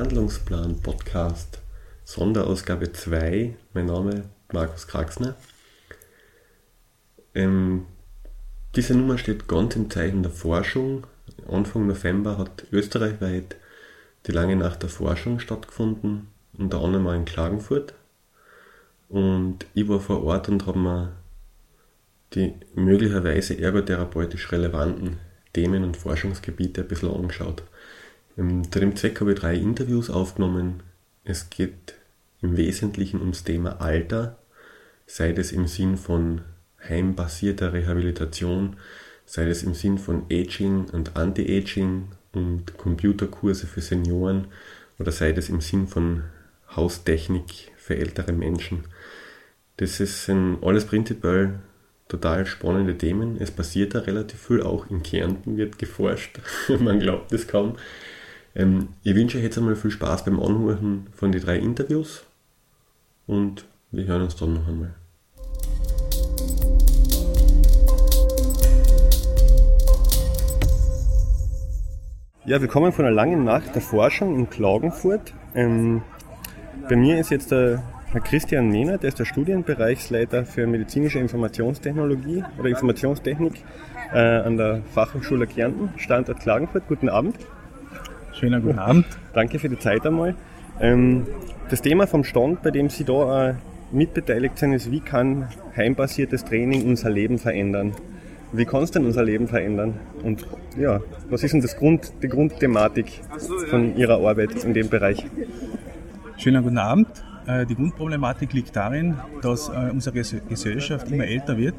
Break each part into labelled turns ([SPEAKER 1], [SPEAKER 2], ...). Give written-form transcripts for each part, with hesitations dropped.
[SPEAKER 1] Handlungsplan Podcast, Sonderausgabe 2. Mein Name ist Markus Kraxner. Diese Nummer steht ganz im Zeichen der Forschung. Anfang November hat österreichweit die lange Nacht der Forschung stattgefunden, unter anderem auch in Klagenfurt. Und ich war vor Ort und habe mir die möglicherweise ergotherapeutisch relevanten Themen und Forschungsgebiete ein bisschen angeschaut. Zu dem Zweck habe ich 3 Interviews aufgenommen. Es geht im Wesentlichen ums Thema Alter, sei es im Sinn von heimbasierter Rehabilitation, sei es im Sinn von Aging und Anti-Aging und Computerkurse für Senioren oder sei es im Sinn von Haustechnik für ältere Menschen. Das sind alles prinzipiell total spannende Themen. Es passiert da relativ viel, auch in Kärnten wird geforscht. Man glaubt es kaum. Ich wünsche euch jetzt einmal viel Spaß beim Anhören von den 3 Interviews und wir hören uns dann noch einmal. Ja, willkommen von einer langen Nacht der Forschung in Klagenfurt. Bei mir ist jetzt der Herr Christian Mehner, der ist der Studienbereichsleiter für medizinische Informationstechnologie oder Informationstechnik an der Fachhochschule Kärnten, Standort Klagenfurt. Guten Abend.
[SPEAKER 2] Schönen guten Abend.
[SPEAKER 1] Danke für die Zeit einmal. Das Thema vom Stand, bei dem Sie da mitbeteiligt sind, ist, wie kann heimbasiertes Training unser Leben verändern? Wie kann es denn unser Leben verändern? Und ja, was ist denn die Grundthematik von Ihrer Arbeit in dem Bereich?
[SPEAKER 2] Schönen guten Abend. Die Grundproblematik liegt darin, dass unsere Gesellschaft immer älter wird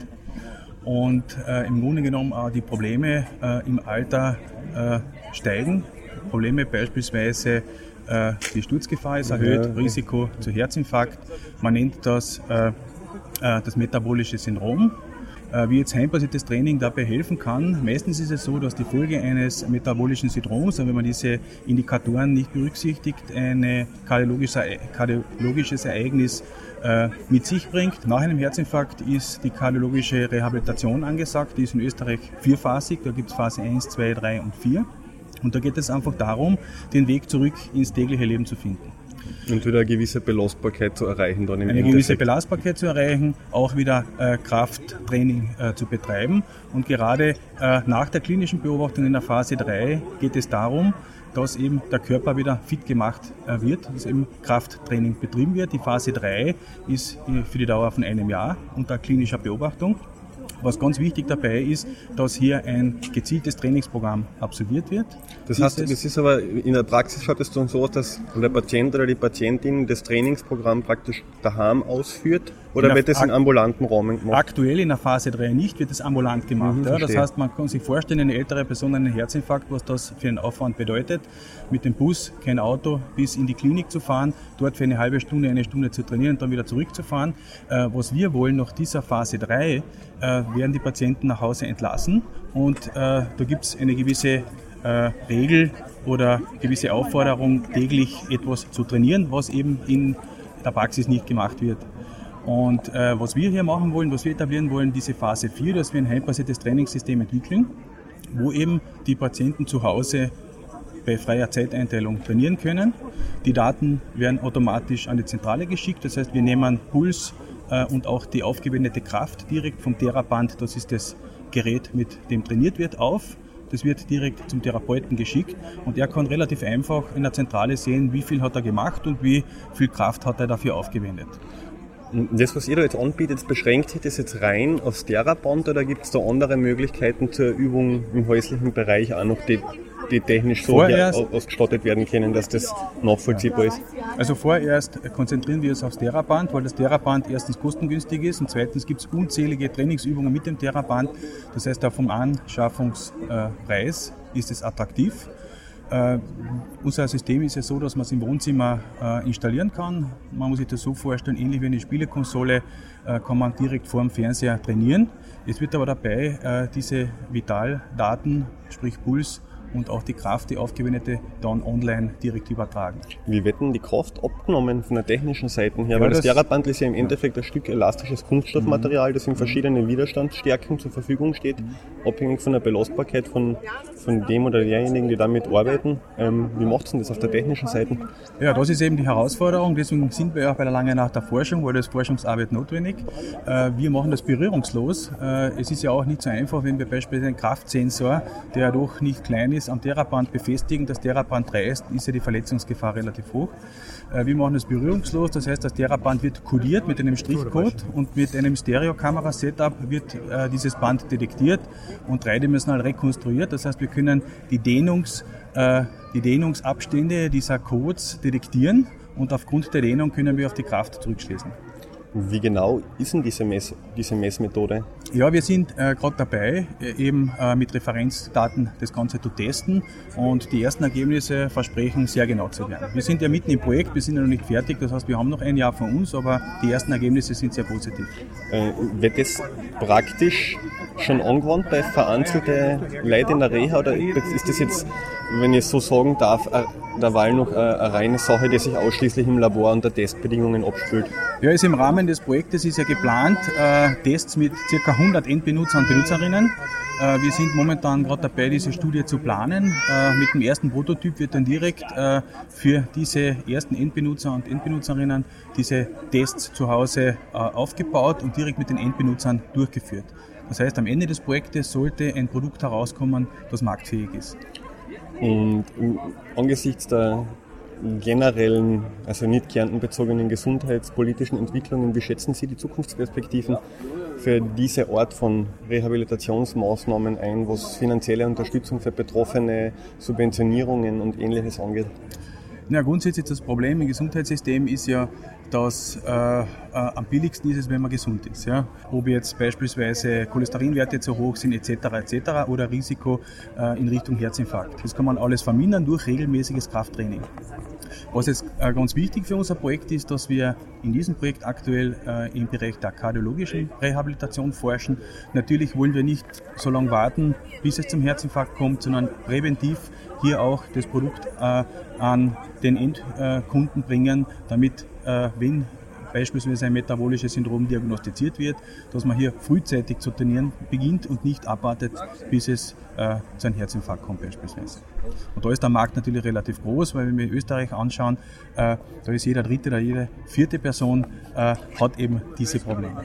[SPEAKER 2] und im Grunde genommen auch die Probleme im Alter steigen. Probleme beispielsweise die Sturzgefahr ist erhöht, Risiko zu Herzinfarkt. Man nennt das das metabolische Syndrom. Wie jetzt heimbasiertes Training dabei helfen kann. Meistens ist es so, dass die Folge eines metabolischen Syndroms, wenn man diese Indikatoren nicht berücksichtigt, ein kardiologisches Ereignis mit sich bringt. Nach einem Herzinfarkt ist die kardiologische Rehabilitation angesagt. Die ist in Österreich 4-phasig. Da gibt es Phase 1, 2, 3 und 4. Und da geht es einfach darum, den Weg zurück ins tägliche Leben zu finden.
[SPEAKER 1] Und wieder eine gewisse Belastbarkeit zu erreichen dann im
[SPEAKER 2] Endeffekt. Eine gewisse Belastbarkeit zu erreichen, auch wieder Krafttraining zu betreiben. Und gerade nach der klinischen Beobachtung in der Phase 3 geht es darum, dass eben der Körper wieder fit gemacht wird, dass eben Krafttraining betrieben wird. Die Phase 3 ist für die Dauer von einem Jahr unter klinischer Beobachtung. Was ganz wichtig dabei ist, dass hier ein gezieltes Trainingsprogramm absolviert wird.
[SPEAKER 1] Das heißt, das ist aber in der Praxis schaut es dann so aus, dass der Patient oder die Patientin das Trainingsprogramm praktisch daheim ausführt oder wird das in ambulanten Rahmen gemacht?
[SPEAKER 2] Aktuell in der Phase 3 nicht, wird es ambulant gemacht. Das heißt, man kann sich vorstellen, eine ältere Person einen Herzinfarkt, was das für einen Aufwand bedeutet, mit dem Bus, kein Auto, bis in die Klinik zu fahren, dort für eine halbe Stunde, eine Stunde zu trainieren und dann wieder zurückzufahren. Was wir wollen, nach dieser Phase 3 werden die Patienten nach Hause entlassen und da gibt es eine gewisse Regel oder gewisse Aufforderung, täglich etwas zu trainieren, was eben in der Praxis nicht gemacht wird. Und was wir hier machen wollen, was wir etablieren wollen, diese Phase 4, dass wir ein heimbasiertes Trainingssystem entwickeln, wo eben die Patienten zu Hause bei freier Zeiteinteilung trainieren können. Die Daten werden automatisch an die Zentrale geschickt, das heißt, wir nehmen Puls und auch die aufgewendete Kraft direkt vom Theraband, das ist das Gerät, mit dem trainiert wird, auf. Das wird direkt zum Therapeuten geschickt und er kann relativ einfach in der Zentrale sehen, wie viel hat er gemacht und wie viel Kraft hat er dafür aufgewendet.
[SPEAKER 1] Das, was ihr da jetzt anbietet, beschränkt sich das jetzt rein aufs Theraband oder gibt es da andere Möglichkeiten zur Übung im häuslichen Bereich auch noch, die technisch so ausgestattet werden können, dass das nachvollziehbar ist?
[SPEAKER 2] Also vorerst konzentrieren wir uns aufs Theraband, weil das Theraband erstens kostengünstig ist und zweitens gibt es unzählige Trainingsübungen mit dem Theraband. Das heißt, auch vom Anschaffungspreis ist es attraktiv. Unser System ist ja so, dass man es im Wohnzimmer installieren kann. Man muss sich das so vorstellen, ähnlich wie eine Spielekonsole kann man direkt vor dem Fernseher trainieren. Es wird aber dabei diese Vitaldaten, sprich Puls und auch die Kraft, die aufgewendete, dann online direkt übertragen.
[SPEAKER 1] Wie wird denn die Kraft abgenommen von der technischen Seite her? Ja, weil das TerraBand ist ja im Endeffekt ein Stück elastisches Kunststoffmaterial, das in verschiedenen Widerstandsstärken zur Verfügung steht, abhängig von der Belastbarkeit von dem oder derjenigen, die damit arbeiten. Wie macht es denn das auf der technischen Seite?
[SPEAKER 2] Ja, das ist eben die Herausforderung, deswegen sind wir auch bei der Lange Nacht der Forschung, weil das Forschungsarbeit notwendig. Wir machen das berührungslos. Es ist ja auch nicht so einfach, wenn wir beispielsweise einen Kraftsensor, der doch nicht klein ist, am TerraBand befestigen, das TerraBand reißt, ist ja die Verletzungsgefahr relativ hoch. Wir machen das berührungslos, das heißt, das TerraBand wird kodiert mit einem Strichcode und mit einem Stereokamera-Setup wird dieses Band detektiert und dreidimensional rekonstruiert. Das heißt, wir können die Dehnungsabstände dieser Codes detektieren und aufgrund der Dehnung können wir auf die Kraft zurückschließen.
[SPEAKER 1] Wie genau ist denn diese Messmethode?
[SPEAKER 2] Ja, wir sind gerade dabei, eben mit Referenzdaten das Ganze zu testen und die ersten Ergebnisse versprechen sehr genau zu werden. Wir sind ja mitten im Projekt, wir sind ja noch nicht fertig, das heißt, wir haben noch ein Jahr von uns, aber die ersten Ergebnisse sind sehr positiv.
[SPEAKER 1] Wird das praktisch schon angewandt bei vereinzelten Leuten in der Reha oder ist das jetzt, wenn ich es so sagen darf, derweil noch eine reine Sache, die sich ausschließlich im Labor unter Testbedingungen abspielt?
[SPEAKER 2] Ja, ist im Rahmen des Projektes ist ja geplant, Tests mit ca. 100 Endbenutzer und Benutzerinnen. Wir sind momentan gerade dabei, diese Studie zu planen. Mit dem ersten Prototyp wird dann direkt für diese ersten Endbenutzer und Endbenutzerinnen diese Tests zu Hause aufgebaut und direkt mit den Endbenutzern durchgeführt. Das heißt, am Ende des Projektes sollte ein Produkt herauskommen, das marktfähig ist.
[SPEAKER 1] Und angesichts der generellen, also nicht kärntenbezogenen gesundheitspolitischen Entwicklungen, wie schätzen Sie die Zukunftsperspektiven für diese Art von Rehabilitationsmaßnahmen ein, was finanzielle Unterstützung für Betroffene, Subventionierungen und Ähnliches angeht?
[SPEAKER 2] Ja, grundsätzlich das Problem im Gesundheitssystem ist ja, dass am billigsten ist es, wenn man gesund ist. Ja? Ob jetzt beispielsweise Cholesterinwerte zu hoch sind etc. oder Risiko in Richtung Herzinfarkt. Das kann man alles vermindern durch regelmäßiges Krafttraining. Was jetzt ganz wichtig für unser Projekt ist, dass wir in diesem Projekt aktuell im Bereich der kardiologischen Rehabilitation forschen. Natürlich wollen wir nicht so lange warten, bis es zum Herzinfarkt kommt, sondern präventiv hier auch das Produkt an den Endkunden bringen, damit, wenn beispielsweise ein metabolisches Syndrom diagnostiziert wird, dass man hier frühzeitig zu trainieren beginnt und nicht abwartet, bis es zu einem Herzinfarkt kommt beispielsweise. Und da ist der Markt natürlich relativ groß, weil wenn wir Österreich anschauen, da ist jeder dritte oder jede vierte Person hat eben diese Probleme.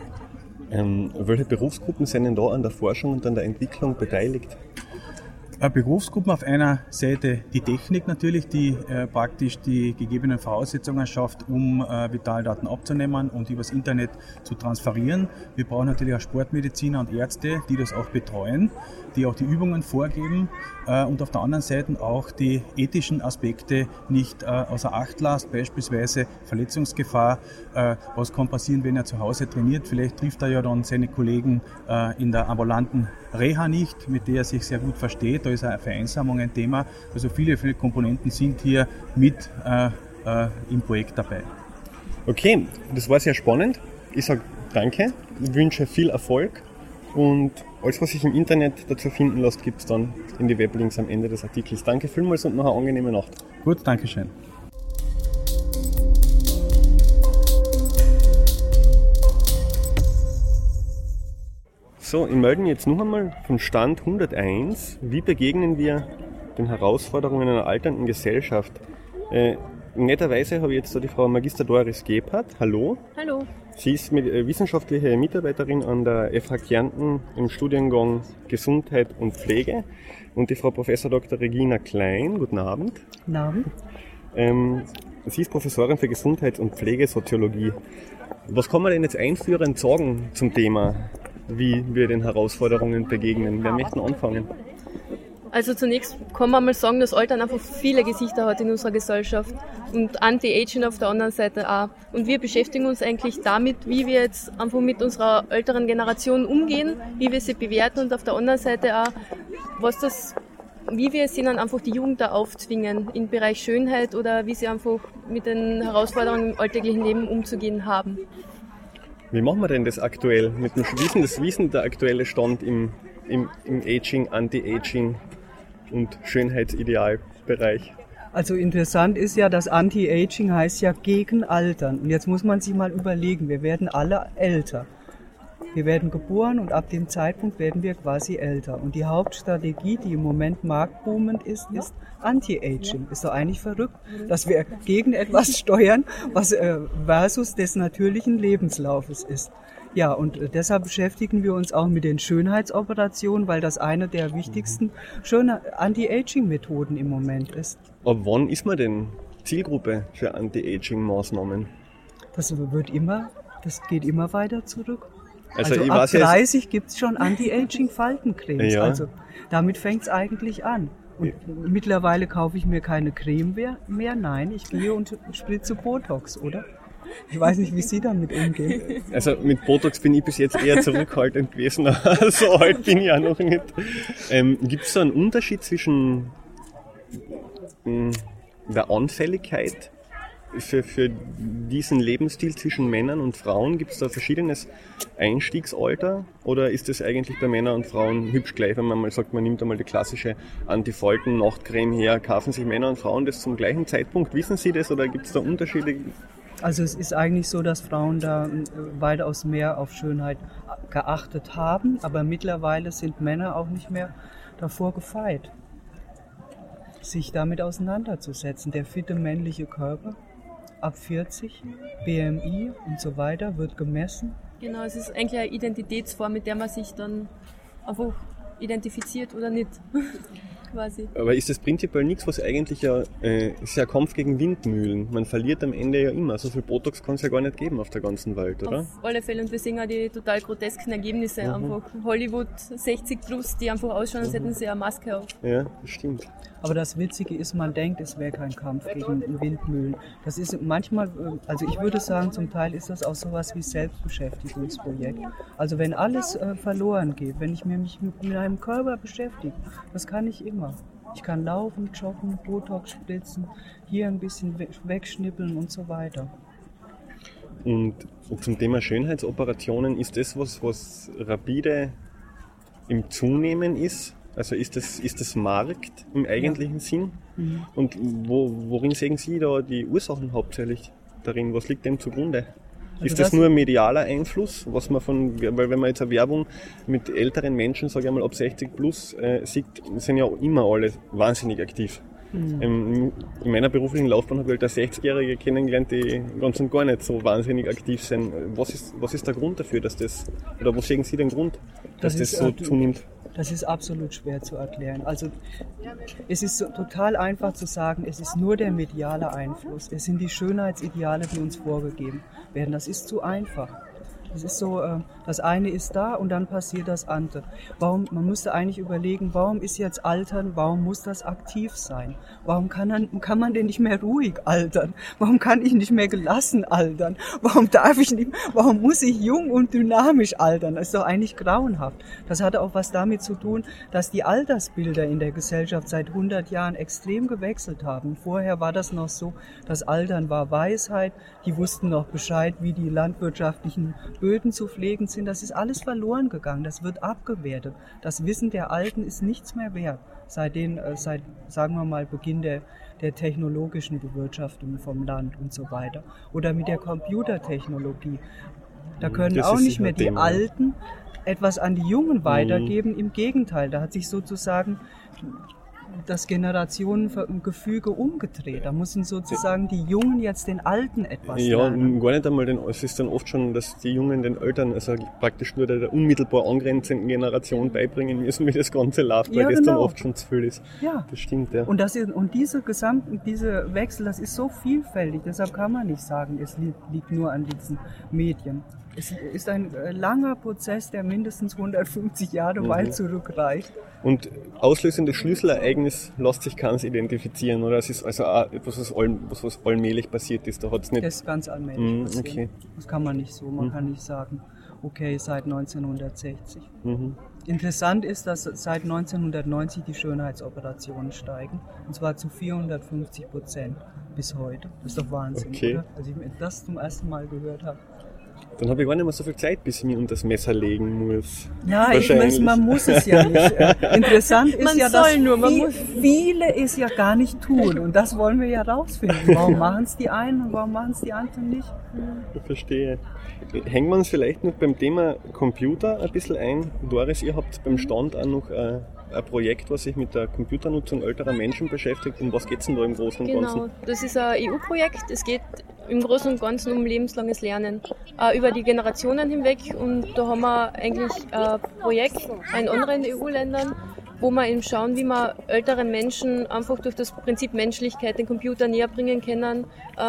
[SPEAKER 1] Welche Berufsgruppen sind denn da an der Forschung und an der Entwicklung beteiligt?
[SPEAKER 2] Berufsgruppen auf einer Seite die Technik natürlich, die praktisch die gegebenen Voraussetzungen schafft, um Vitaldaten abzunehmen und übers Internet zu transferieren. Wir brauchen natürlich auch Sportmediziner und Ärzte, die das auch betreuen, die auch die Übungen vorgeben und auf der anderen Seite auch die ethischen Aspekte nicht außer Acht lassen, beispielsweise Verletzungsgefahr. Was kann passieren, wenn er zu Hause trainiert? Vielleicht trifft er ja dann seine Kollegen in der ambulanten Reha nicht, mit der er sich sehr gut versteht. Da ist eine Vereinsamung ein Thema. Also viele Komponenten sind hier mit im Projekt dabei.
[SPEAKER 1] Okay, das war sehr spannend. Ich sage danke, ich wünsche viel Erfolg und alles, was sich im Internet dazu finden lässt, gibt es dann in die Weblinks am Ende des Artikels. Danke vielmals und noch eine angenehme Nacht.
[SPEAKER 2] Gut, danke schön.
[SPEAKER 1] So, ich melde mich jetzt noch einmal vom Stand 101. Wie begegnen wir den Herausforderungen einer alternden Gesellschaft? Netterweise habe ich jetzt da die Frau Magister Doris Gebhardt. Hallo.
[SPEAKER 3] Hallo.
[SPEAKER 1] Sie ist wissenschaftliche Mitarbeiterin an der FH Kärnten im Studiengang Gesundheit und Pflege. Und die Frau Professor Dr. Regina Klein. Guten Abend.
[SPEAKER 3] Guten Abend.
[SPEAKER 1] Sie ist Professorin für Gesundheits- und Pflegesoziologie. Was kann man denn jetzt einführend sagen zum Thema, wie wir den Herausforderungen begegnen? Wer möchte anfangen?
[SPEAKER 3] Also zunächst kann man mal sagen, dass Altern einfach viele Gesichter hat in unserer Gesellschaft und Anti-Aging auf der anderen Seite auch. Und wir beschäftigen uns eigentlich damit, wie wir jetzt einfach mit unserer älteren Generation umgehen, wie wir sie bewerten und auf der anderen Seite auch, wie wir es ihnen einfach die Jugend da aufzwingen im Bereich Schönheit oder wie sie einfach mit den Herausforderungen im alltäglichen Leben umzugehen haben.
[SPEAKER 1] Wie machen wir denn das aktuell mit dem Wissen, der aktuelle Stand im Aging, Anti-Aging? und Schönheitsidealbereich?
[SPEAKER 4] Also interessant ist ja, dass Anti-Aging heißt ja gegen Altern. Und jetzt muss man sich mal überlegen, wir werden alle älter. Wir werden geboren und ab dem Zeitpunkt werden wir quasi älter. Und die Hauptstrategie, die im Moment marktboomend ist Anti-Aging. Ist doch eigentlich verrückt, dass wir gegen etwas steuern, was versus des natürlichen Lebenslaufes ist. Ja, und deshalb beschäftigen wir uns auch mit den Schönheitsoperationen, weil das eine der wichtigsten Anti-Aging-Methoden im Moment ist.
[SPEAKER 1] Aber wann ist man denn Zielgruppe für Anti-Aging-Maßnahmen?
[SPEAKER 4] Das geht immer weiter zurück.
[SPEAKER 1] Also
[SPEAKER 4] ab 30 gibt es schon Anti-Aging-Faltencremes. Ja. Also damit fängt es eigentlich an. Und mittlerweile kaufe ich mir keine Creme mehr. Nein, ich gehe und spritze Botox, oder? Ich weiß nicht, wie Sie damit umgehen.
[SPEAKER 1] Also mit Botox bin ich bis jetzt eher zurückhaltend gewesen. So alt bin ich auch noch nicht. Gibt es da einen Unterschied zwischen der Anfälligkeit für diesen Lebensstil zwischen Männern und Frauen? Gibt es da verschiedenes Einstiegsalter? Oder ist das eigentlich bei Männern und Frauen hübsch gleich, wenn man mal sagt, man nimmt einmal die klassische Anti-Falten-Nachtcreme her, kaufen sich Männer und Frauen das zum gleichen Zeitpunkt? Wissen Sie das oder gibt es da Unterschiede?
[SPEAKER 4] Also es ist eigentlich so, dass Frauen da weitaus mehr auf Schönheit geachtet haben, aber mittlerweile sind Männer auch nicht mehr davor gefeit, sich damit auseinanderzusetzen. Der fitte männliche Körper ab 40, BMI und so weiter wird gemessen.
[SPEAKER 3] Genau, es ist eigentlich eine Identitätsform, mit der man sich dann einfach identifiziert oder nicht. Quasi. Aber
[SPEAKER 1] ist das prinzipiell nichts, was eigentlich ist ja ein Kampf gegen Windmühlen. Man verliert am Ende ja immer. So viel Botox kann es ja gar nicht geben auf der ganzen Welt, oder?
[SPEAKER 3] Auf alle Fälle. Und wir sehen auch die total grotesken Ergebnisse. Einfach Hollywood 60 plus, die einfach ausschauen, als hätten sie eine Maske auf.
[SPEAKER 1] Ja, das stimmt.
[SPEAKER 4] Aber das Witzige ist, man denkt, es wäre kein Kampf gegen Windmühlen. Das ist manchmal, also ich würde sagen, zum Teil ist das auch sowas wie Selbstbeschäftigungsprojekt. Also wenn alles verloren geht, wenn ich mich mit meinem Körper beschäftige, das kann ich immer. Ich kann laufen, joggen, Botox spritzen, hier ein bisschen wegschnippeln und so weiter.
[SPEAKER 1] Und zum Thema Schönheitsoperationen, ist das was rapide im Zunehmen ist? Also ist das Markt im eigentlichen Sinn? Mhm. Und worin sehen Sie da die Ursachen hauptsächlich darin? Was liegt dem zugrunde? Also ist das nur ein medialer Einfluss, was man weil wenn man jetzt eine Werbung mit älteren Menschen, sage ich mal ab 60 plus, sieht, sind ja immer alle wahnsinnig aktiv. Mhm. In meiner beruflichen Laufbahn habe ich halt 60-Jährige kennengelernt, die ganz und gar nicht so wahnsinnig aktiv sind. Was ist der Grund dafür, dass das, oder wo sehen Sie den Grund, dass das so zunimmt?
[SPEAKER 4] Das ist absolut schwer zu erklären. Also es ist so total einfach zu sagen, es ist nur der mediale Einfluss. Es sind die Schönheitsideale, die uns vorgegeben werden. Das ist zu einfach. Das ist so, das eine ist da und dann passiert das andere. Man müsste eigentlich überlegen, warum ist jetzt Altern, warum muss das aktiv sein? Warum kann man denn nicht mehr ruhig altern? Warum kann ich nicht mehr gelassen altern? Warum muss ich jung und dynamisch altern? Das ist doch eigentlich grauenhaft. Das hatte auch was damit zu tun, dass die Altersbilder in der Gesellschaft seit 100 Jahren extrem gewechselt haben. Vorher war das noch so, das Altern war Weisheit, die wussten noch Bescheid, wie die landwirtschaftlichen Böden zu pflegen sind, das ist alles verloren gegangen, das wird abgewertet. Das Wissen der Alten ist nichts mehr wert, seit sagen wir mal, Beginn der technologischen Bewirtschaftung vom Land und so weiter. Oder mit der Computertechnologie. Da können auch nicht mehr die Alten etwas an die Jungen weitergeben, im Gegenteil, da hat sich sozusagen das Generationengefüge umgedreht. Da müssen sozusagen die Jungen jetzt den Alten etwas lernen.
[SPEAKER 1] Ja, gar nicht einmal, es ist dann oft schon, dass die Jungen den Eltern, also praktisch nur der unmittelbar angrenzenden Generation beibringen müssen, wie das Ganze läuft, weil das dann oft schon zu viel ist. Ja. Das stimmt, ja.
[SPEAKER 4] Und diese Wechsel, das ist so vielfältig, deshalb kann man nicht sagen, es liegt nur an diesen Medien. Es ist ein langer Prozess, der mindestens 150 Jahre weit zurückreicht.
[SPEAKER 1] Und auslösendes Schlüsselereignis lässt sich keins identifizieren, oder? Es ist also auch etwas, was allmählich passiert ist. Da hat's nicht.
[SPEAKER 4] Das ist ganz allmählich passiert. Okay. Das kann man nicht so. Man kann nicht sagen, okay, seit 1960. Interessant ist, dass seit 1990 die Schönheitsoperationen steigen. Und zwar zu 450% bis heute. Das ist doch Wahnsinn, oder? Als ich das zum ersten Mal gehört habe.
[SPEAKER 1] Dann habe ich gar nicht mehr so viel Zeit, bis ich mich unter das Messer legen muss.
[SPEAKER 4] Ja, ich weiß, man muss es ja nicht. Interessant ist ja, dass viele es ja gar nicht tun. Und das wollen wir ja rausfinden. Warum machen es die einen und warum machen es die anderen nicht?
[SPEAKER 1] Ich verstehe. Hängen wir uns vielleicht noch beim Thema Computer ein bisschen ein. Doris, ihr habt beim Stand auch noch ein Projekt, was sich mit der Computernutzung älterer Menschen beschäftigt. Um was geht es denn da im Großen und Ganzen?
[SPEAKER 3] Genau, das ist ein EU-Projekt. Es geht im Großen und Ganzen um lebenslanges Lernen über die Generationen hinweg. Und da haben wir eigentlich ein Projekt in anderen EU-Ländern, wo wir eben schauen, wie wir älteren Menschen einfach durch das Prinzip Menschlichkeit den Computer näher bringen können,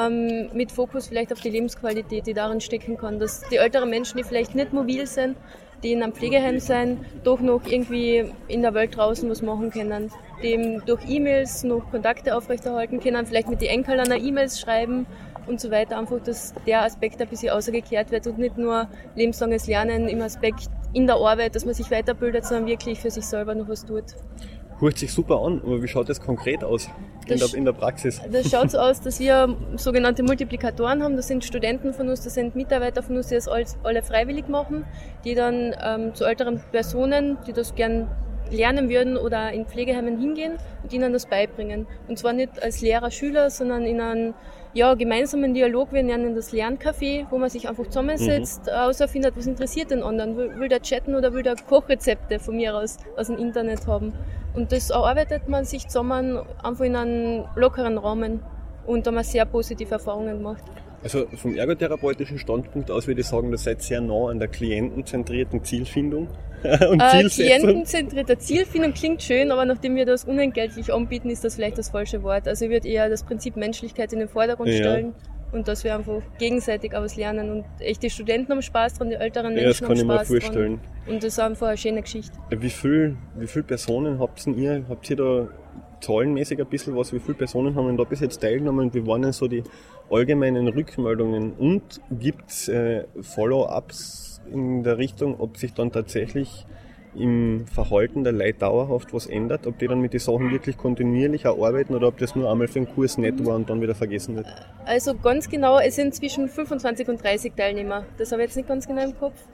[SPEAKER 3] mit Fokus vielleicht auf die Lebensqualität, die darin stecken kann, dass die älteren Menschen, die vielleicht nicht mobil sind, die in einem Pflegeheim sein, doch noch irgendwie in der Welt draußen was machen können, die durch E-Mails noch Kontakte aufrechterhalten können, vielleicht mit den Enkeln einer E-Mails schreiben und so weiter, einfach, dass der Aspekt ein bisschen außergekehrt wird und nicht nur lebenslanges Lernen im Aspekt in der Arbeit, dass man sich weiterbildet, sondern wirklich für sich selber noch was tut.
[SPEAKER 1] Hört sich super an, aber wie schaut das konkret aus in der Praxis?
[SPEAKER 3] Das schaut so aus, dass wir sogenannte Multiplikatoren haben. Das sind Studenten von uns, das sind Mitarbeiter von uns, die das alle freiwillig machen, die dann zu älteren Personen, die das gern lernen würden oder in Pflegeheimen hingehen und ihnen das beibringen. Und zwar nicht als Lehrer, Schüler, sondern in einem gemeinsamen Dialog. Wir nennen das Lerncafé, wo man sich einfach zusammensetzt, herausfindet, was interessiert den anderen. Will der chatten oder will der Kochrezepte von mir aus dem Internet haben? Und das erarbeitet man sich zusammen einfach in einem lockeren Rahmen. Und da haben wir sehr positive Erfahrungen gemacht.
[SPEAKER 1] Also vom ergotherapeutischen Standpunkt aus würde ich sagen, das seid sehr nah an der klientenzentrierten Zielfindung und Zielsetzung.
[SPEAKER 3] Klientenzentrierte Zielfindung klingt schön, aber nachdem wir das unentgeltlich anbieten, ist das vielleicht das falsche Wort. Also ich würde eher das Prinzip Menschlichkeit in den Vordergrund stellen und dass wir einfach gegenseitig auslernen. Und echt die Studenten haben Spaß dran, die älteren Menschen haben Spaß dran.
[SPEAKER 1] Das kann ich mir vorstellen.
[SPEAKER 3] Und das ist einfach eine schöne Geschichte.
[SPEAKER 1] Wie viele Personen habt ihr? Habt ihr da zahlenmäßig ein bisschen was? Wie viele Personen haben da bis jetzt teilgenommen und wie waren denn so die allgemeinen Rückmeldungen? Und gibt es Follow-ups in der Richtung, ob sich dann tatsächlich im Verhalten der Leute dauerhaft was ändert? Ob die dann mit den Sachen wirklich kontinuierlich arbeiten oder ob das nur einmal für einen Kurs nett war und dann wieder vergessen wird?
[SPEAKER 3] Also ganz genau, es sind zwischen 25 und 30 Teilnehmer. Das habe ich jetzt nicht ganz genau im Kopf.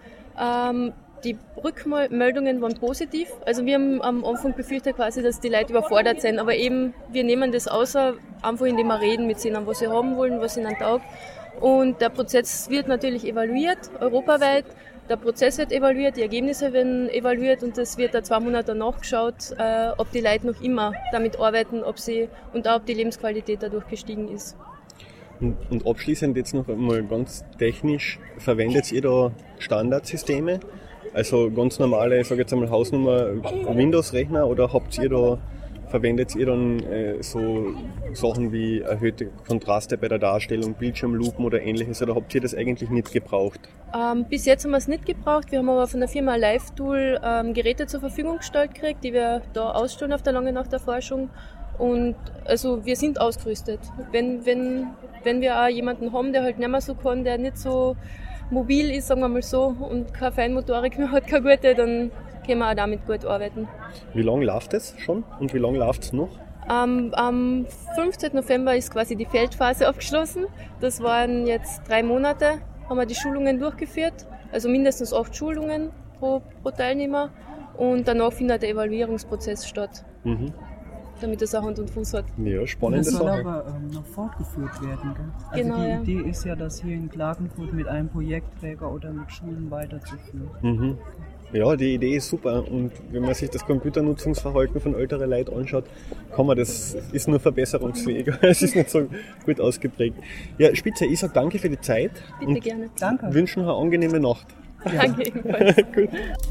[SPEAKER 3] Die Rückmeldungen waren positiv. Also wir haben am Anfang befürchtet quasi, dass die Leute überfordert sind. Aber eben, wir nehmen das außer, einfach indem wir reden mit ihnen, was sie haben wollen, was ihnen taugt. Und der Prozess wird natürlich evaluiert, europaweit. Der Prozess wird evaluiert, die Ergebnisse werden evaluiert und es wird da 2 Monate danach geschaut, ob die Leute noch immer damit arbeiten, ob die Lebensqualität dadurch gestiegen ist.
[SPEAKER 1] Und abschließend jetzt noch einmal ganz technisch, verwendet ihr da Standardsysteme? Also ganz normale, ich sage jetzt einmal Hausnummer Windows-Rechner oder verwendet ihr dann so Sachen wie erhöhte Kontraste bei der Darstellung, Bildschirmlupen oder ähnliches, oder habt ihr das eigentlich nicht gebraucht?
[SPEAKER 3] Bis jetzt haben wir es nicht gebraucht. Wir haben aber von der Firma LiveTool Geräte zur Verfügung gestellt gekriegt, die wir da ausstellen auf der Lange Nacht der Forschung. Und also wir sind ausgerüstet. Wenn wir auch jemanden haben, der halt nicht mehr so kann, der nicht so mobil ist, sagen wir mal so, und keine Feinmotorik mehr hat, keine gute, dann können wir auch damit gut arbeiten.
[SPEAKER 1] Wie lange läuft es schon und wie lange läuft es noch?
[SPEAKER 3] Am 15. November ist quasi die Feldphase abgeschlossen. Das waren jetzt 3 Monate, haben wir die Schulungen durchgeführt, also mindestens 8 Schulungen pro Teilnehmer und danach findet der Evaluierungsprozess statt. Damit das auch Hand und Fuß hat.
[SPEAKER 1] Ja, spannende Sache.
[SPEAKER 4] Das soll aber noch fortgeführt werden, gell? Also
[SPEAKER 3] genau,
[SPEAKER 4] die Idee ist ja, das hier in Klagenfurt mit einem Projektträger oder mit Schulen weiterzuführen.
[SPEAKER 1] Ja, die Idee ist super und wenn man sich das Computernutzungsverhalten von älteren Leuten anschaut, das ist nur verbesserungsfähig. Es ist nicht so gut ausgeprägt. Ja, Spitze, ich sage danke für die Zeit.
[SPEAKER 3] Bitte gerne.
[SPEAKER 4] Danke.
[SPEAKER 1] Wünschen noch eine angenehme Nacht.
[SPEAKER 3] Ja. Danke ebenfalls.
[SPEAKER 1] Gut.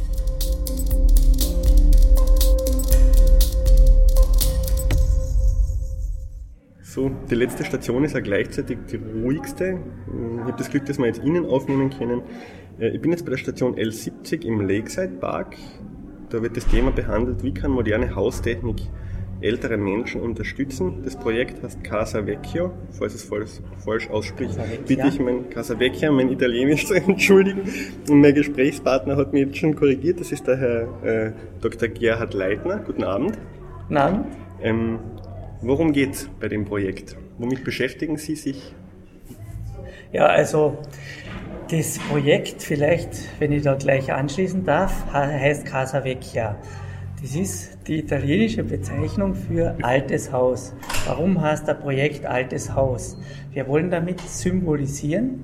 [SPEAKER 1] So, die letzte Station ist auch gleichzeitig die ruhigste. Ich habe das Glück, dass wir jetzt innen aufnehmen können. Ich bin jetzt bei der Station L70 im Lakeside Park. Da wird das Thema behandelt, wie kann moderne Haustechnik ältere Menschen unterstützen. Das Projekt heißt Casa Vecchio. Falls ich es falsch ausspricht, bitte ich Casa Vecchio, mein Italienisch zu entschuldigen. Und mein Gesprächspartner hat mich jetzt schon korrigiert. Das ist der Herr Dr. Gerhard Leitner. Guten Abend.
[SPEAKER 5] Guten Abend.
[SPEAKER 1] Worum geht es bei dem Projekt? Womit beschäftigen Sie sich?
[SPEAKER 5] Ja, also Das Projekt, vielleicht, wenn ich da gleich anschließen darf, heißt Casa Vecchia. Das ist die italienische Bezeichnung für altes Haus. Warum heißt das Projekt Altes Haus? Wir wollen damit symbolisieren,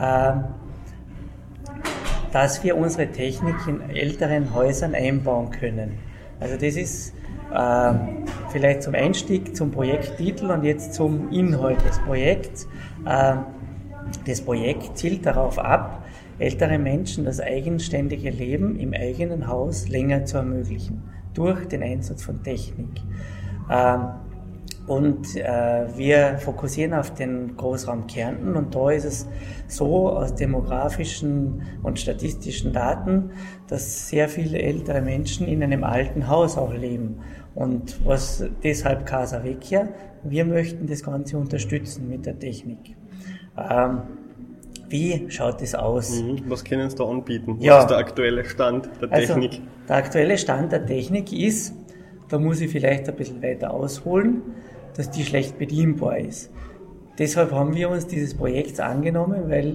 [SPEAKER 5] dass wir unsere Technik in älteren Häusern einbauen können. Also das ist vielleicht zum Einstieg zum Projekttitel und jetzt zum Inhalt des Projekts. Das Projekt zielt darauf ab, ältere Menschen das eigenständige Leben im eigenen Haus länger zu ermöglichen, durch den Einsatz von Technik. Wir fokussieren auf den Großraum Kärnten und da ist es so aus demografischen und statistischen Daten, dass sehr viele ältere Menschen in einem alten Haus auch leben. Und was deshalb Casa Vecchia, wir möchten das Ganze unterstützen mit der Technik. Wie schaut das aus?
[SPEAKER 1] Was können Sie da anbieten?
[SPEAKER 5] Ja.
[SPEAKER 1] Was ist der aktuelle Stand der Technik?
[SPEAKER 5] Also, der aktuelle Stand der Technik ist, da muss ich vielleicht ein bisschen weiter ausholen, dass die schlecht bedienbar ist. Deshalb haben wir uns dieses Projekts angenommen, weil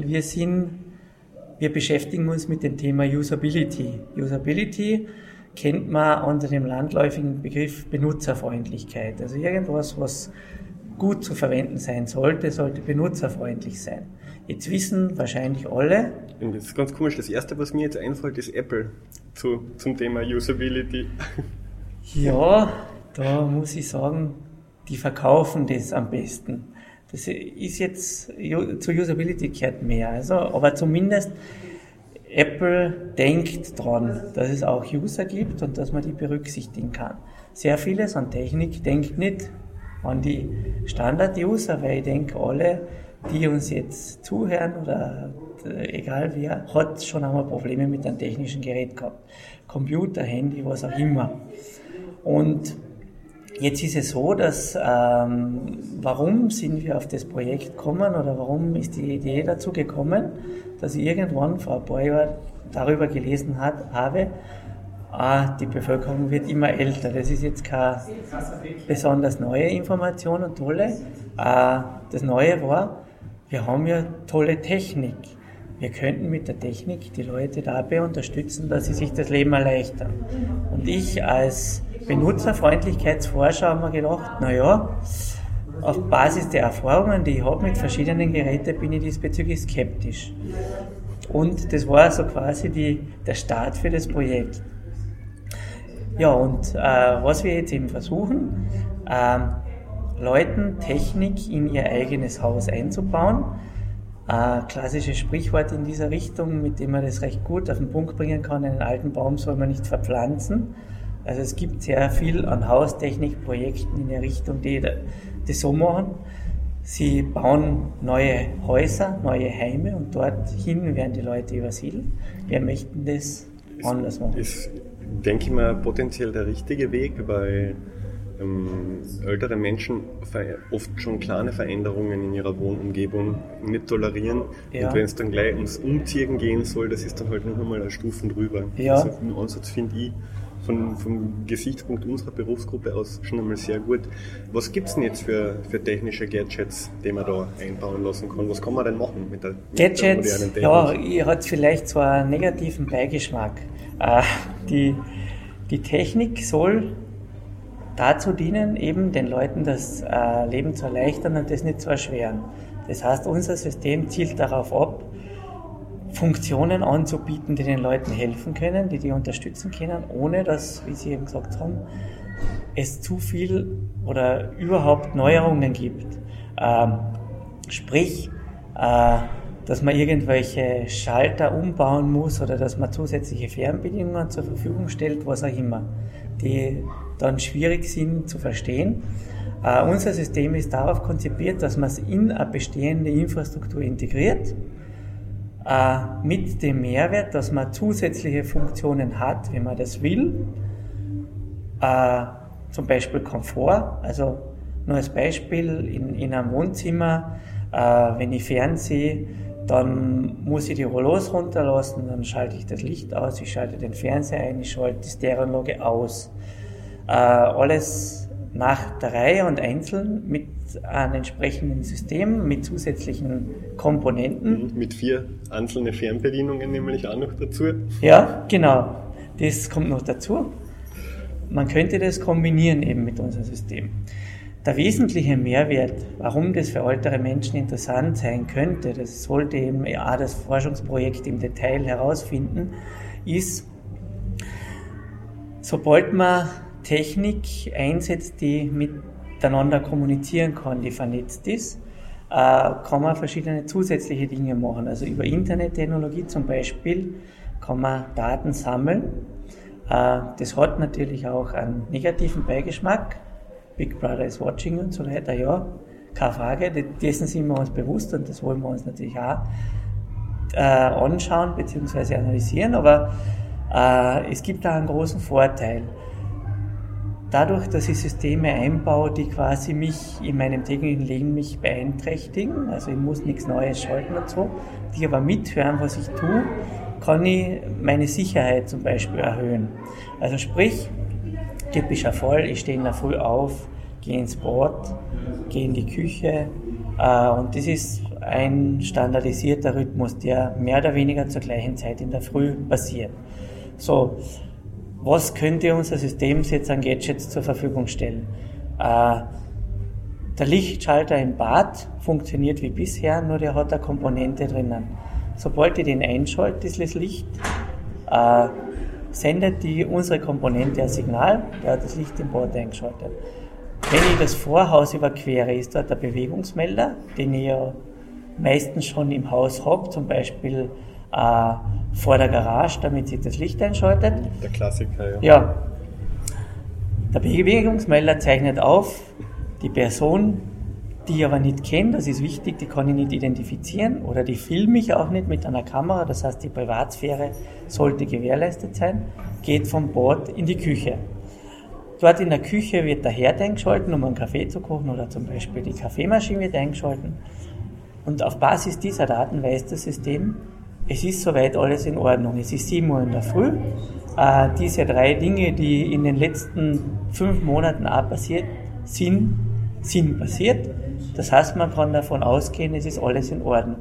[SPEAKER 5] wir beschäftigen uns mit dem Thema Usability. Usability kennt man unter dem landläufigen Begriff Benutzerfreundlichkeit. Also irgendwas, was gut zu verwenden sein sollte benutzerfreundlich sein. Jetzt wissen wahrscheinlich alle.
[SPEAKER 1] Das ist ganz komisch. Das erste, was mir jetzt einfällt, ist Apple zum Thema Usability.
[SPEAKER 5] Ja, da muss ich sagen, die verkaufen das am besten. Das ist jetzt, zur Usability gehört mehr. Also, aber zumindest Apple denkt dran, dass es auch User gibt und dass man die berücksichtigen kann. Sehr vieles an Technik denkt nicht an die Standard-User, weil ich denke, alle, die uns jetzt zuhören oder egal wer, hat schon einmal Probleme mit einem technischen Gerät gehabt. Computer, Handy, was auch immer. Und jetzt ist es so, dass warum sind wir auf das Projekt gekommen oder warum ist die Idee dazu gekommen, dass ich irgendwann vor ein paar Jahren darüber gelesen habe, die Bevölkerung wird immer älter. Das ist jetzt keine besonders neue Information und tolle. Das Neue war, wir haben ja tolle Technik. Wir könnten mit der Technik die Leute dabei unterstützen, dass sie sich das Leben erleichtern. Und ich als Benutzerfreundlichkeitsforscher habe mir gedacht, auf Basis der Erfahrungen, die ich habe mit verschiedenen Geräten, bin ich diesbezüglich skeptisch. Und das war so quasi der Start für das Projekt. Ja, und was wir jetzt eben versuchen, Leuten Technik in ihr eigenes Haus einzubauen. Klassisches Sprichwort in dieser Richtung, mit dem man das recht gut auf den Punkt bringen kann, einen alten Baum soll man nicht verpflanzen. Also es gibt sehr viel an Haustechnikprojekten in der Richtung, die das so machen. Sie bauen neue Häuser, neue Heime und dorthin werden die Leute übersiedelt. Wir möchten das anders machen.
[SPEAKER 1] Ist, denke ich mal, potenziell der richtige Weg, weil ältere Menschen oft schon kleine Veränderungen in ihrer Wohnumgebung nicht tolerieren. Ja. Und wenn es dann gleich ums Umziehen gehen soll, das ist dann halt noch einmal eine Stufe drüber.
[SPEAKER 5] Ja.
[SPEAKER 1] Also im Ansatz finde ich vom Gesichtspunkt unserer Berufsgruppe aus schon einmal sehr gut. Was gibt es denn jetzt für technische Gadgets, die man da einbauen lassen kann? Was kann man denn machen mit der
[SPEAKER 5] modernen Technik? Ja, hat vielleicht zwar einen negativen Beigeschmack. Die Technik soll dazu dienen, eben den Leuten das Leben zu erleichtern und das nicht zu erschweren. Das heißt, unser System zielt darauf ab, Funktionen anzubieten, die den Leuten helfen können, die unterstützen können, ohne dass, wie Sie eben gesagt haben, es zu viel oder überhaupt Neuerungen gibt. Sprich, dass man irgendwelche Schalter umbauen muss oder dass man zusätzliche Fernbedienungen zur Verfügung stellt, was auch immer, die dann schwierig sind zu verstehen. Unser System ist darauf konzipiert, dass man es in eine bestehende Infrastruktur integriert, mit dem Mehrwert, dass man zusätzliche Funktionen hat, wenn man das will, zum Beispiel Komfort. Also nur als Beispiel, in einem Wohnzimmer, wenn ich fernsehe, dann muss ich die Rollos runterlassen, dann schalte ich das Licht aus, ich schalte den Fernseher ein, ich schalte die Stereoanlage aus. Alles nach der Reihe und einzeln mit einem entsprechenden System, mit zusätzlichen Komponenten.
[SPEAKER 1] Mit 4 einzelnen Fernbedienungen nämlich auch noch dazu.
[SPEAKER 5] Ja, genau. Das kommt noch dazu. Man könnte das kombinieren eben mit unserem System. Der wesentliche Mehrwert, warum das für ältere Menschen interessant sein könnte, das sollte eben auch das Forschungsprojekt im Detail herausfinden, ist, sobald man Technik einsetzt, die miteinander kommunizieren kann, die vernetzt ist, kann man verschiedene zusätzliche Dinge machen. Also über Internettechnologie zum Beispiel kann man Daten sammeln. Das hat natürlich auch einen negativen Beigeschmack. Big Brother is watching und so weiter, ja, keine Frage, dessen sind wir uns bewusst und das wollen wir uns natürlich auch anschauen bzw. analysieren, aber es gibt da einen großen Vorteil. Dadurch, dass ich Systeme einbaue, die quasi mich in meinem täglichen Leben mich beeinträchtigen, also ich muss nichts Neues schalten und so, die aber mithören, was ich tue, kann ich meine Sicherheit zum Beispiel erhöhen. Also sprich, typischer Fall, ich stehe in der Früh auf, gehe ins Bad, gehe in die Küche und das ist ein standardisierter Rhythmus, der mehr oder weniger zur gleichen Zeit in der Früh passiert. So, was könnte unser System jetzt an Gadgets zur Verfügung stellen? Der Lichtschalter im Bad funktioniert wie bisher, nur der hat eine Komponente drinnen. Sobald ich den einschalte, dieses Licht, sendet unsere Komponente ein Signal, der hat das Licht im Bad eingeschaltet. Wenn ich das Vorhaus überquere, ist dort der Bewegungsmelder, den ich ja meistens schon im Haus habe, zum Beispiel vor der Garage, damit sich das Licht einschaltet.
[SPEAKER 1] Der Klassiker, ja.
[SPEAKER 5] Ja. Der Bewegungsmelder zeichnet auf, die Person, die ich aber nicht kenne, das ist wichtig, die kann ich nicht identifizieren oder die filme ich auch nicht mit einer Kamera, das heißt die Privatsphäre sollte gewährleistet sein, geht vom Bad in die Küche. Dort in der Küche wird der Herd eingeschalten, um einen Kaffee zu kochen oder zum Beispiel die Kaffeemaschine wird eingeschalten und auf Basis dieser Daten weiß das System, es ist soweit alles in Ordnung. Es ist 7 Uhr in der Früh. Diese 3 Dinge, die in den letzten 5 Monaten auch passiert sind passiert. Das heißt, man kann davon ausgehen, es ist alles in Ordnung.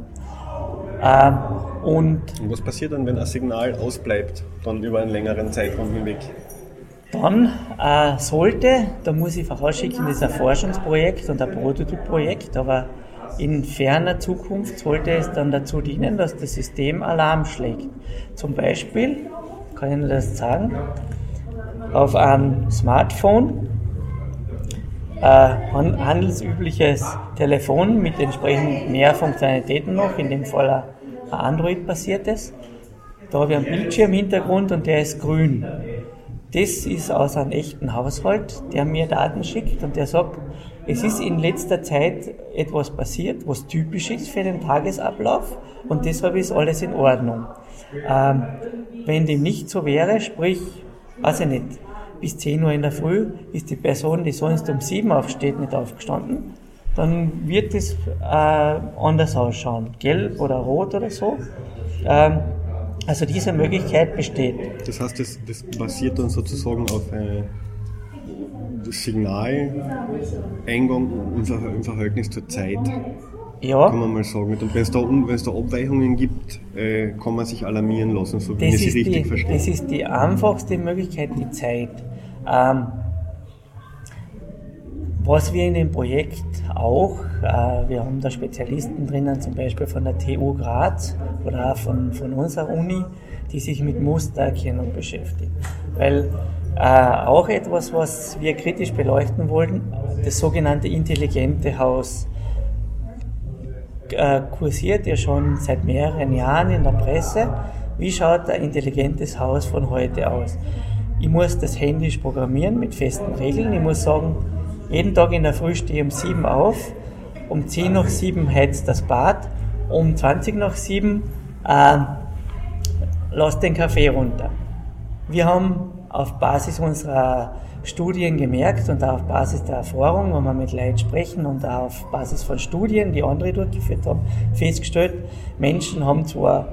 [SPEAKER 5] Und
[SPEAKER 1] was passiert dann, wenn ein Signal ausbleibt, dann über einen längeren Zeitraum hinweg?
[SPEAKER 5] Dann da muss ich vorausschicken, das ist ein Forschungsprojekt und ein Prototypprojekt, aber in ferner Zukunft sollte es dann dazu dienen, dass das System Alarm schlägt. Zum Beispiel, kann ich Ihnen das sagen, auf einem Smartphone, handelsübliches Telefon mit entsprechend mehr Funktionalitäten noch, in dem Fall ein Android-basiertes. Da habe ich einen Bildschirmhintergrund und der ist grün. Das ist aus einem echten Haushalt, der mir Daten schickt und der sagt, es ist in letzter Zeit etwas passiert, was typisch ist für den Tagesablauf und deshalb ist alles in Ordnung. Wenn dem nicht so wäre, sprich, weiß ich nicht, bis 10 Uhr in der Früh ist die Person, die sonst um 7 aufsteht, nicht aufgestanden, dann wird es anders ausschauen, gelb oder rot oder so. Also diese Möglichkeit besteht.
[SPEAKER 1] Das heißt, das basiert dann sozusagen auf das Signaleingang im Verhältnis zur Zeit.
[SPEAKER 5] Ja.
[SPEAKER 1] Kann man mal sagen. Und wenn es da Abweichungen gibt, kann man sich alarmieren lassen, so wie ich es richtig verstehe.
[SPEAKER 5] Das ist die einfachste Möglichkeit, die Zeit. Was wir in dem Projekt auch, wir haben da Spezialisten drinnen, zum Beispiel von der TU Graz oder auch von unserer Uni, die sich mit Mustererkennung beschäftigen. Weil auch etwas, was wir kritisch beleuchten wollten, das sogenannte intelligente Haus, kursiert ja schon seit mehreren Jahren in der Presse. Wie schaut ein intelligentes Haus von heute aus? Ich muss das händisch programmieren mit festen Regeln. Ich muss sagen, jeden Tag in der Früh stehe ich um 7 auf, um 10 nach 7 heizt das Bad, um 20 nach 7 lass den Kaffee runter. Wir haben auf Basis unserer Studien gemerkt und auch auf Basis der Erfahrung, wenn wir mit Leuten sprechen und auch auf Basis von Studien, die andere durchgeführt haben, festgestellt, Menschen haben zwar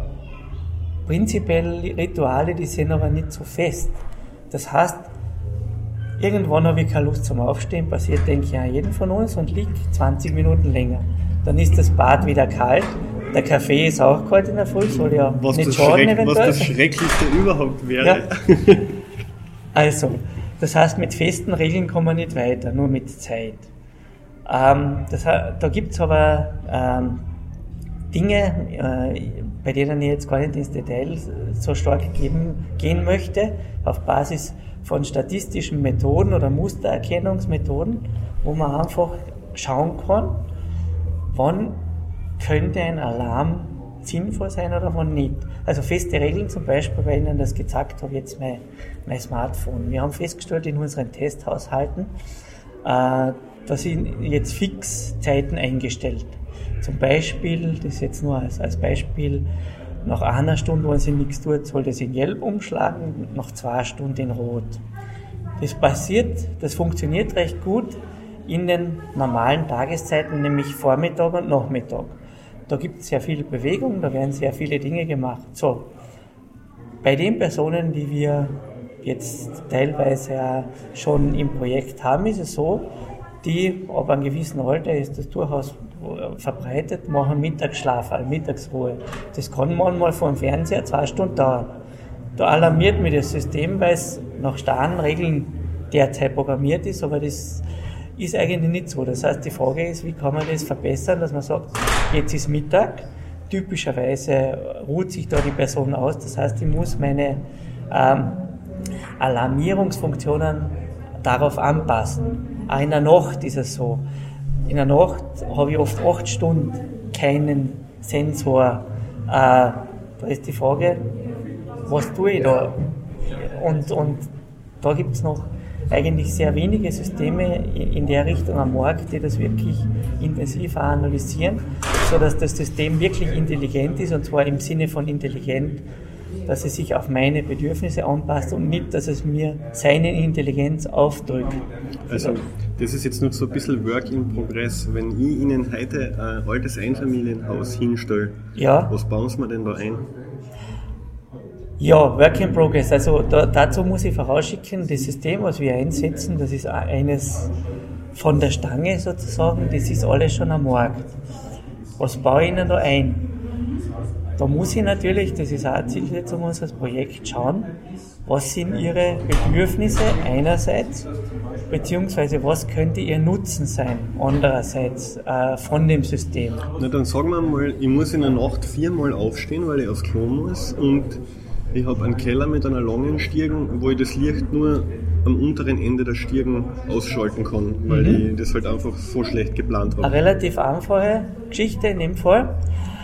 [SPEAKER 5] prinzipiell Rituale, die sind aber nicht so fest. Das heißt, Irgendwann habe ich keine Lust zum Aufstehen, passiert, denke ich, an jeden von uns und liege 20 Minuten länger. Dann ist das Bad wieder kalt, der Kaffee ist auch kalt in der Früh, soll ja nicht schaden eventuell.
[SPEAKER 1] Was das Schrecklichste überhaupt wäre. Ja.
[SPEAKER 5] Also, das heißt, mit festen Regeln kommen wir nicht weiter, nur mit Zeit. Da gibt es aber Dinge, bei denen ich jetzt gar nicht ins Detail so stark gehen möchte, auf Basis von statistischen Methoden oder Mustererkennungsmethoden, wo man einfach schauen kann, wann könnte ein Alarm sinnvoll sein oder wann nicht. Also feste Regeln zum Beispiel, weil ich Ihnen das gezeigt habe, jetzt mein Smartphone. Wir haben festgestellt in unseren Testhaushalten, da sind jetzt Fixzeiten eingestellt. Zum Beispiel, das jetzt nur als Beispiel, nach 1 Stunde, wenn sie nichts tut, soll das in Gelb umschlagen, nach 2 Stunden in Rot. Das funktioniert recht gut in den normalen Tageszeiten, nämlich Vormittag und Nachmittag. Da gibt es sehr viel Bewegung, da werden sehr viele Dinge gemacht. So, bei den Personen, die wir jetzt teilweise ja schon im Projekt haben, ist es so, die ab einem gewissen Alter ist das durchaus verbreitet, machen Mittagsschlaf, also Mittagsruhe. Das kann manchmal vor dem Fernseher 2 Stunden dauern. Da alarmiert mich das System, weil es nach starren Regeln derzeit programmiert ist, aber das ist eigentlich nicht so. Das heißt, die Frage ist, wie kann man das verbessern, dass man sagt, jetzt ist Mittag, typischerweise ruht sich da die Person aus, das heißt, ich muss meine Alarmierungsfunktionen darauf anpassen. Auch in der Nacht ist es so. In der Nacht habe ich oft 8 Stunden keinen Sensor. Da ist die Frage, was tue ich da? Und da gibt es noch eigentlich sehr wenige Systeme in der Richtung am Markt, die das wirklich intensiv analysieren, sodass das System wirklich intelligent ist, und zwar im Sinne von intelligent, dass es sich auf meine Bedürfnisse anpasst und nicht, dass es mir seine Intelligenz aufdrückt.
[SPEAKER 1] Also das ist jetzt noch so ein bisschen Work in Progress. Wenn ich Ihnen heute ein altes Einfamilienhaus hinstelle,
[SPEAKER 5] ja.
[SPEAKER 1] Was bauen Sie mir denn da ein?
[SPEAKER 5] Ja, Work in Progress. Also dazu muss ich vorausschicken, das System, was wir einsetzen, das ist eines von der Stange sozusagen, das ist alles schon am Markt. Was baue ich Ihnen da ein? Da muss ich natürlich, das ist auch ein Zielsetzung unseres Projekts, schauen, was sind Ihre Bedürfnisse einerseits, beziehungsweise was könnte Ihr Nutzen sein andererseits von dem System.
[SPEAKER 1] Na, dann sagen wir mal, ich muss in der Nacht 4-mal aufstehen, weil ich aufs Klo muss, und ich habe einen Keller mit einer langen Stirn, wo ich das Licht nur am unteren Ende der Stirn ausschalten kann, weil ich das halt einfach so schlecht geplant habe.
[SPEAKER 5] Eine relativ einfache Geschichte in dem Fall.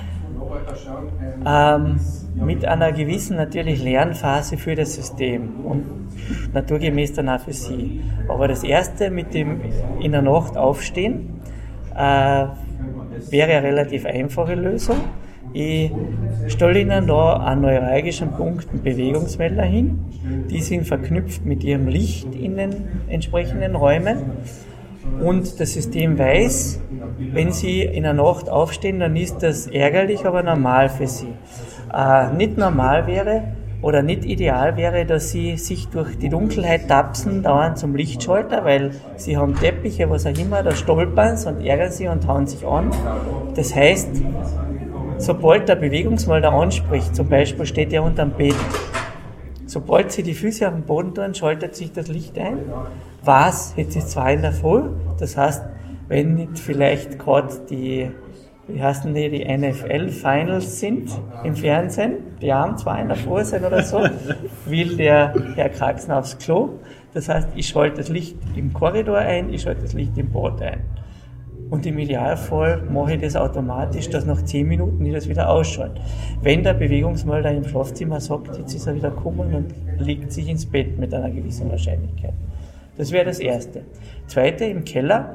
[SPEAKER 5] Mit einer gewissen natürlich Lernphase für das System und naturgemäß dann auch für Sie. Aber das erste mit dem in der Nacht aufstehen wäre eine relativ einfache Lösung. Ich stelle Ihnen da an neuralgischen Punkten Bewegungsmelder hin. Die sind verknüpft mit Ihrem Licht in den entsprechenden Räumen. Und das System weiß, wenn Sie in der Nacht aufstehen, dann ist das ärgerlich, aber normal für Sie. Nicht normal wäre oder nicht ideal wäre, dass Sie sich durch die Dunkelheit tapsen, dauernd zum Lichtschalter, weil Sie haben Teppiche, was auch immer, da stolpern Sie und ärgern Sie und hauen sich an. Das heißt, sobald der Bewegungsmelder anspricht, zum Beispiel steht er unterm Bett, sobald Sie die Füße auf den Boden tun, schaltet sich das Licht ein. Was? Jetzt ist 2 in der Früh. Das heißt, wenn nicht vielleicht gerade die NFL-Finals sind im Fernsehen, die am 2 in der Früh sind oder so, will der Herr Kraxen aufs Klo. Das heißt, ich schalte das Licht im Korridor ein, ich schalte das Licht im Bad ein. Und im Idealfall mache ich das automatisch, dass nach 10 Minuten ich das wieder ausschalte. Wenn der Bewegungsmelder im Schlafzimmer sagt, jetzt ist er wieder gekommen und legt sich ins Bett mit einer gewissen Wahrscheinlichkeit. Das wäre das Erste. Zweite, im Keller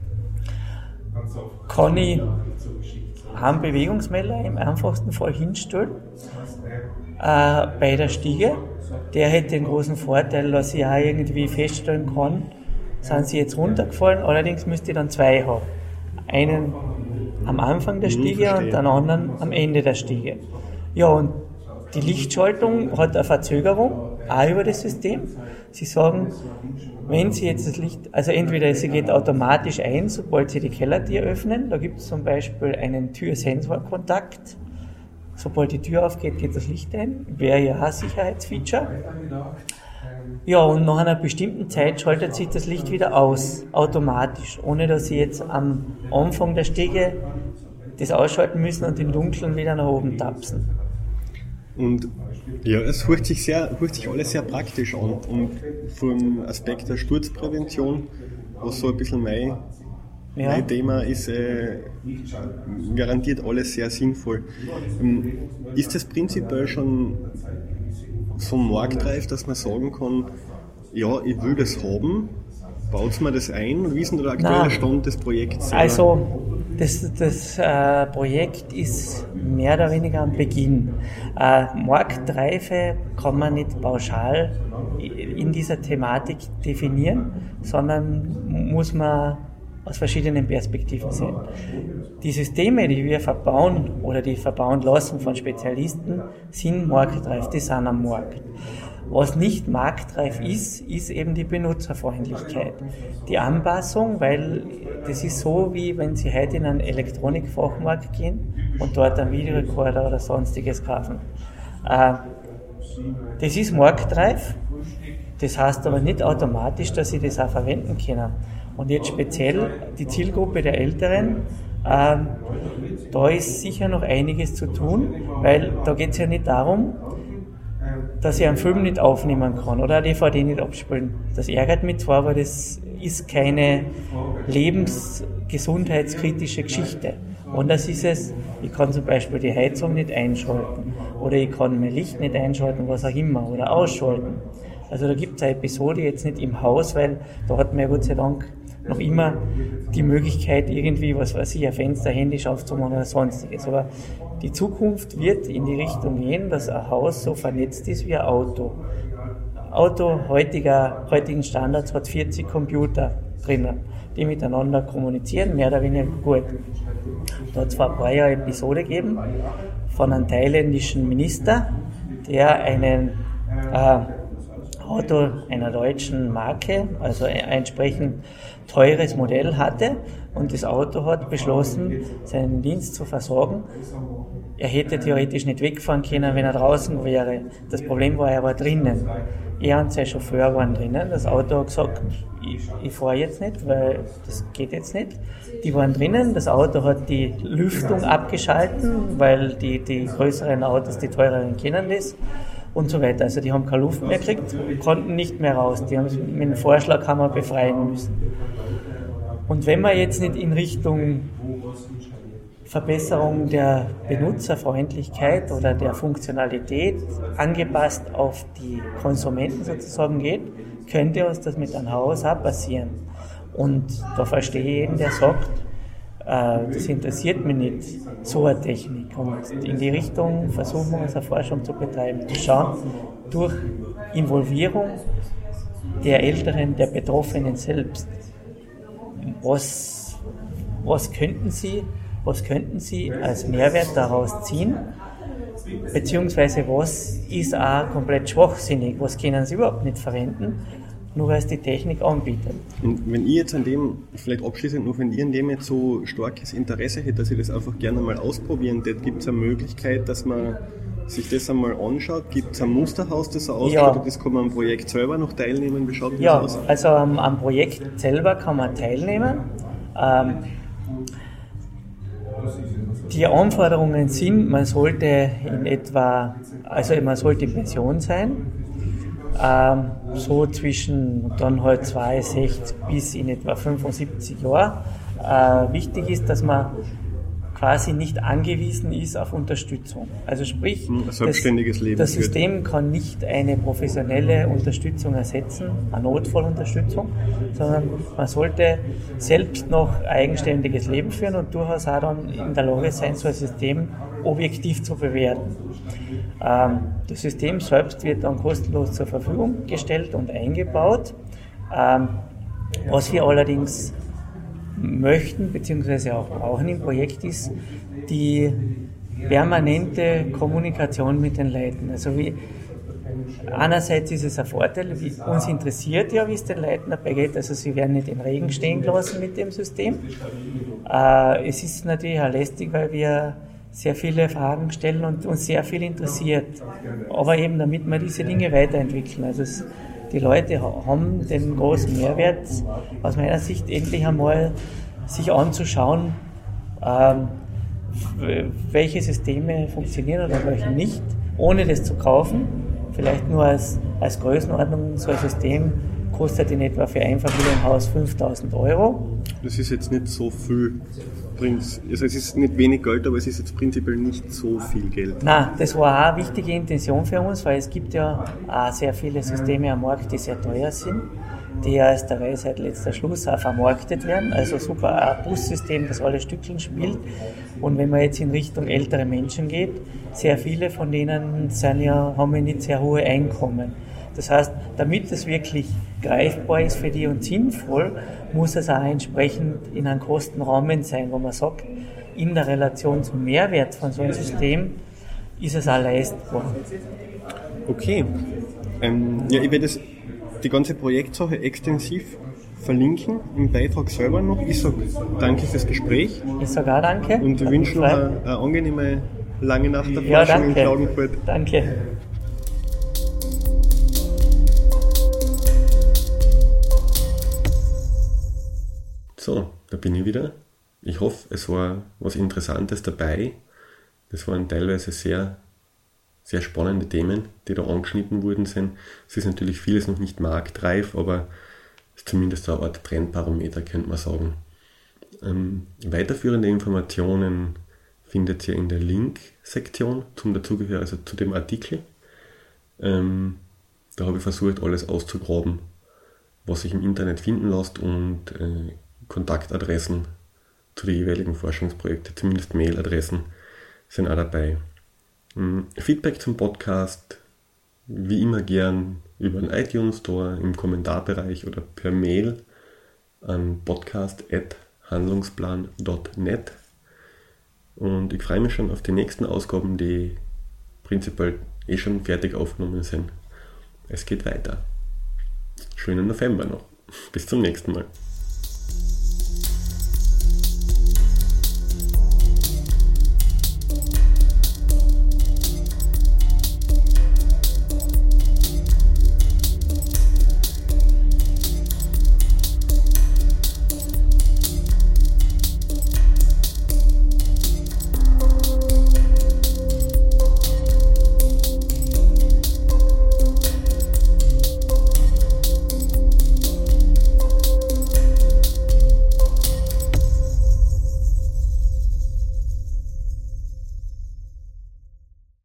[SPEAKER 5] kann ich einen Bewegungsmelder im einfachsten Fall hinstellen bei der Stiege. Der hätte den großen Vorteil, dass ich auch irgendwie feststellen kann, sind sie jetzt runtergefallen, allerdings müsste ich dann 2 haben. Einen am Anfang der Stiege und den anderen am Ende der Stiege. Ja, und Die Lichtschaltung hat eine Verzögerung, auch über das System. Sie sagen, wenn Sie jetzt das Licht, also entweder sie geht automatisch ein, sobald Sie die Kellertür öffnen, da gibt es zum Beispiel einen Türsensorkontakt. Sobald die Tür aufgeht, geht das Licht ein, wäre ja ein Sicherheitsfeature. Ja, und nach einer bestimmten Zeit schaltet sich das Licht wieder aus, automatisch, ohne dass Sie jetzt am Anfang der Stiege das ausschalten müssen und im Dunkeln wieder nach oben tapsen.
[SPEAKER 1] Und ja, es hört sich alles sehr praktisch an. Und vom Aspekt der Sturzprävention, was so ein bisschen mein Thema ist, garantiert alles sehr sinnvoll. Ist das prinzipiell schon so marktreif, dass man sagen kann, ja, ich will das haben, baut mir das ein? Wie ist denn der aktuelle Stand des Projekts selber?
[SPEAKER 5] Also, das Projekt ist mehr oder weniger am Beginn. Marktreife kann man nicht pauschal in dieser Thematik definieren, sondern muss man aus verschiedenen Perspektiven sehen. Die Systeme, die wir verbauen oder die verbauen lassen von Spezialisten, sind marktreif, die sind am Markt. Was nicht marktreif ist eben die Benutzerfreundlichkeit. Die Anpassung, weil das ist so, wie wenn Sie heute in einen Elektronikfachmarkt gehen und dort einen Videorekorder oder sonstiges kaufen. Das ist marktreif, das heißt aber nicht automatisch, dass Sie das auch verwenden können. Und jetzt speziell die Zielgruppe der Älteren, da ist sicher noch einiges zu tun, weil da geht es ja nicht darum, dass ich einen Film nicht aufnehmen kann oder eine DVD nicht abspielen. Das ärgert mich zwar, aber das ist keine lebensgesundheitskritische Geschichte. Und das ist es, ich kann zum Beispiel die Heizung nicht einschalten oder ich kann mein Licht nicht einschalten, was auch immer, oder ausschalten. Also da gibt es eine Episode jetzt nicht im Haus, weil da hat man ja Gott sei Dank noch immer die Möglichkeit, irgendwie, was weiß ich, ein Fenster händisch aufzumachen oder sonstiges. Aber die Zukunft wird in die Richtung gehen, dass ein Haus so vernetzt ist wie ein Auto. Auto heutigen Standards hat 40 Computer drinnen, die miteinander kommunizieren, mehr oder weniger gut. Da hat es vor ein paar Jahren eine Episode gegeben von einem thailändischen Minister, der einen Auto einer deutschen Marke, also ein entsprechend teures Modell hatte, und das Auto hat beschlossen, seinen Dienst zu versorgen. Er hätte theoretisch nicht wegfahren können, wenn er draußen wäre. Das Problem war, er war drinnen. Er und sein Chauffeur waren drinnen. Das Auto hat gesagt, ich fahre jetzt nicht, weil das geht jetzt nicht. Die waren drinnen. Das Auto hat die Lüftung abgeschalten, weil die größeren Autos, die teureren, kennen das. Und so weiter. Also die haben keine Luft mehr gekriegt, konnten nicht mehr raus. Die haben es mit dem Vorschlaghammer befreien müssen. Und wenn man jetzt nicht in Richtung Verbesserung der Benutzerfreundlichkeit oder der Funktionalität angepasst auf die Konsumenten sozusagen geht, könnte uns das mit einem Haus auch passieren. Und da verstehe ich jeden, der sagt, das interessiert mich nicht, so eine Technik. Und in die Richtung versuchen wir unsere Forschung zu betreiben, zu schauen, durch Involvierung der Älteren, der Betroffenen selbst, was könnten Sie als Mehrwert daraus ziehen, beziehungsweise was ist auch komplett schwachsinnig, was können Sie überhaupt nicht verwenden, nur weil es die Technik anbietet. Und
[SPEAKER 1] wenn ich jetzt an dem, vielleicht abschließend noch, wenn ihr an dem jetzt so starkes Interesse hätte, dass ich das einfach gerne mal ausprobieren würde, gibt es eine Möglichkeit, dass man sich das einmal anschaut? Gibt es ein Musterhaus, das ausschaut,
[SPEAKER 5] ja,
[SPEAKER 1] oder das kann man am Projekt selber noch teilnehmen? Wie schaut
[SPEAKER 5] das
[SPEAKER 1] aus?
[SPEAKER 5] Also am Projekt selber kann man teilnehmen. Die Anforderungen sind, man sollte in Pension sein, so zwischen dann halt 62 bis in etwa 75 Jahre. Wichtig ist, dass man quasi nicht angewiesen ist auf Unterstützung. Also sprich, das System kann nicht eine professionelle Unterstützung ersetzen, eine Notfallunterstützung, sondern man sollte selbst noch eigenständiges Leben führen und durchaus auch dann in der Lage sein, so ein System objektiv zu bewerten. Das System selbst wird dann kostenlos zur Verfügung gestellt und eingebaut. Was wir allerdings möchten bzw. auch brauchen im Projekt ist die permanente Kommunikation mit den Leuten. Also einerseits ist es ein Vorteil, uns interessiert ja, wie es den Leuten dabei geht, also sie werden nicht im Regen stehen gelassen mit dem System. Es ist natürlich auch lästig, weil wir sehr viele Fragen stellen und uns sehr viel interessiert, aber eben damit wir diese Dinge weiterentwickeln. Also die Leute haben den großen Mehrwert, aus meiner Sicht endlich einmal sich anzuschauen, welche Systeme funktionieren oder welche nicht, ohne das zu kaufen. Vielleicht nur als Größenordnung, so ein System kostet in etwa für ein Einfamilienhaus 5.000 €.
[SPEAKER 1] Das ist jetzt nicht so viel, also es ist nicht wenig Geld, aber es ist jetzt prinzipiell nicht so viel Geld.
[SPEAKER 5] Nein, das war auch eine wichtige Intention für uns, weil es gibt ja auch sehr viele Systeme am Markt, die sehr teuer sind, die ja als der Weisheit letzter Schluss auch vermarktet werden. Also super, ein Bussystem, das alle Stückchen spielt. Und wenn man jetzt in Richtung ältere Menschen geht, sehr viele von denen haben ja nicht sehr hohe Einkommen. Das heißt, damit es wirklich greifbar ist für die und sinnvoll, muss es auch entsprechend in einem Kostenrahmen sein, wo man sagt, in der Relation zum Mehrwert von so einem System ist es auch leistbar.
[SPEAKER 1] Okay. Ich werde die ganze Projektsache extensiv verlinken im Beitrag selber noch. Ich sage danke fürs Gespräch.
[SPEAKER 5] Ich sage auch danke.
[SPEAKER 1] Und ich wünsche noch eine angenehme lange Nacht der Forschung in Klagenfurt.
[SPEAKER 5] Danke.
[SPEAKER 1] So, da bin ich wieder. Ich hoffe, es war was Interessantes dabei. Das waren teilweise sehr, sehr spannende Themen, die da angeschnitten worden sind. Es ist natürlich vieles noch nicht marktreif, aber es ist zumindest eine Art Trendbarometer, könnte man sagen. Weiterführende Informationen findet ihr in der Link-Sektion zum dazugehörigen, also zu dem Artikel. Da habe ich versucht, alles auszugraben, was sich im Internet finden lässt, und Kontaktadressen zu den jeweiligen Forschungsprojekten, zumindest Mailadressen, sind auch dabei. Feedback zum Podcast wie immer gern über den iTunes Store, im Kommentarbereich oder per Mail an podcast@handlungsplan.net. Und ich freue mich schon auf die nächsten Ausgaben, die prinzipiell schon fertig aufgenommen sind. Es geht weiter. Schönen November noch. Bis zum nächsten Mal.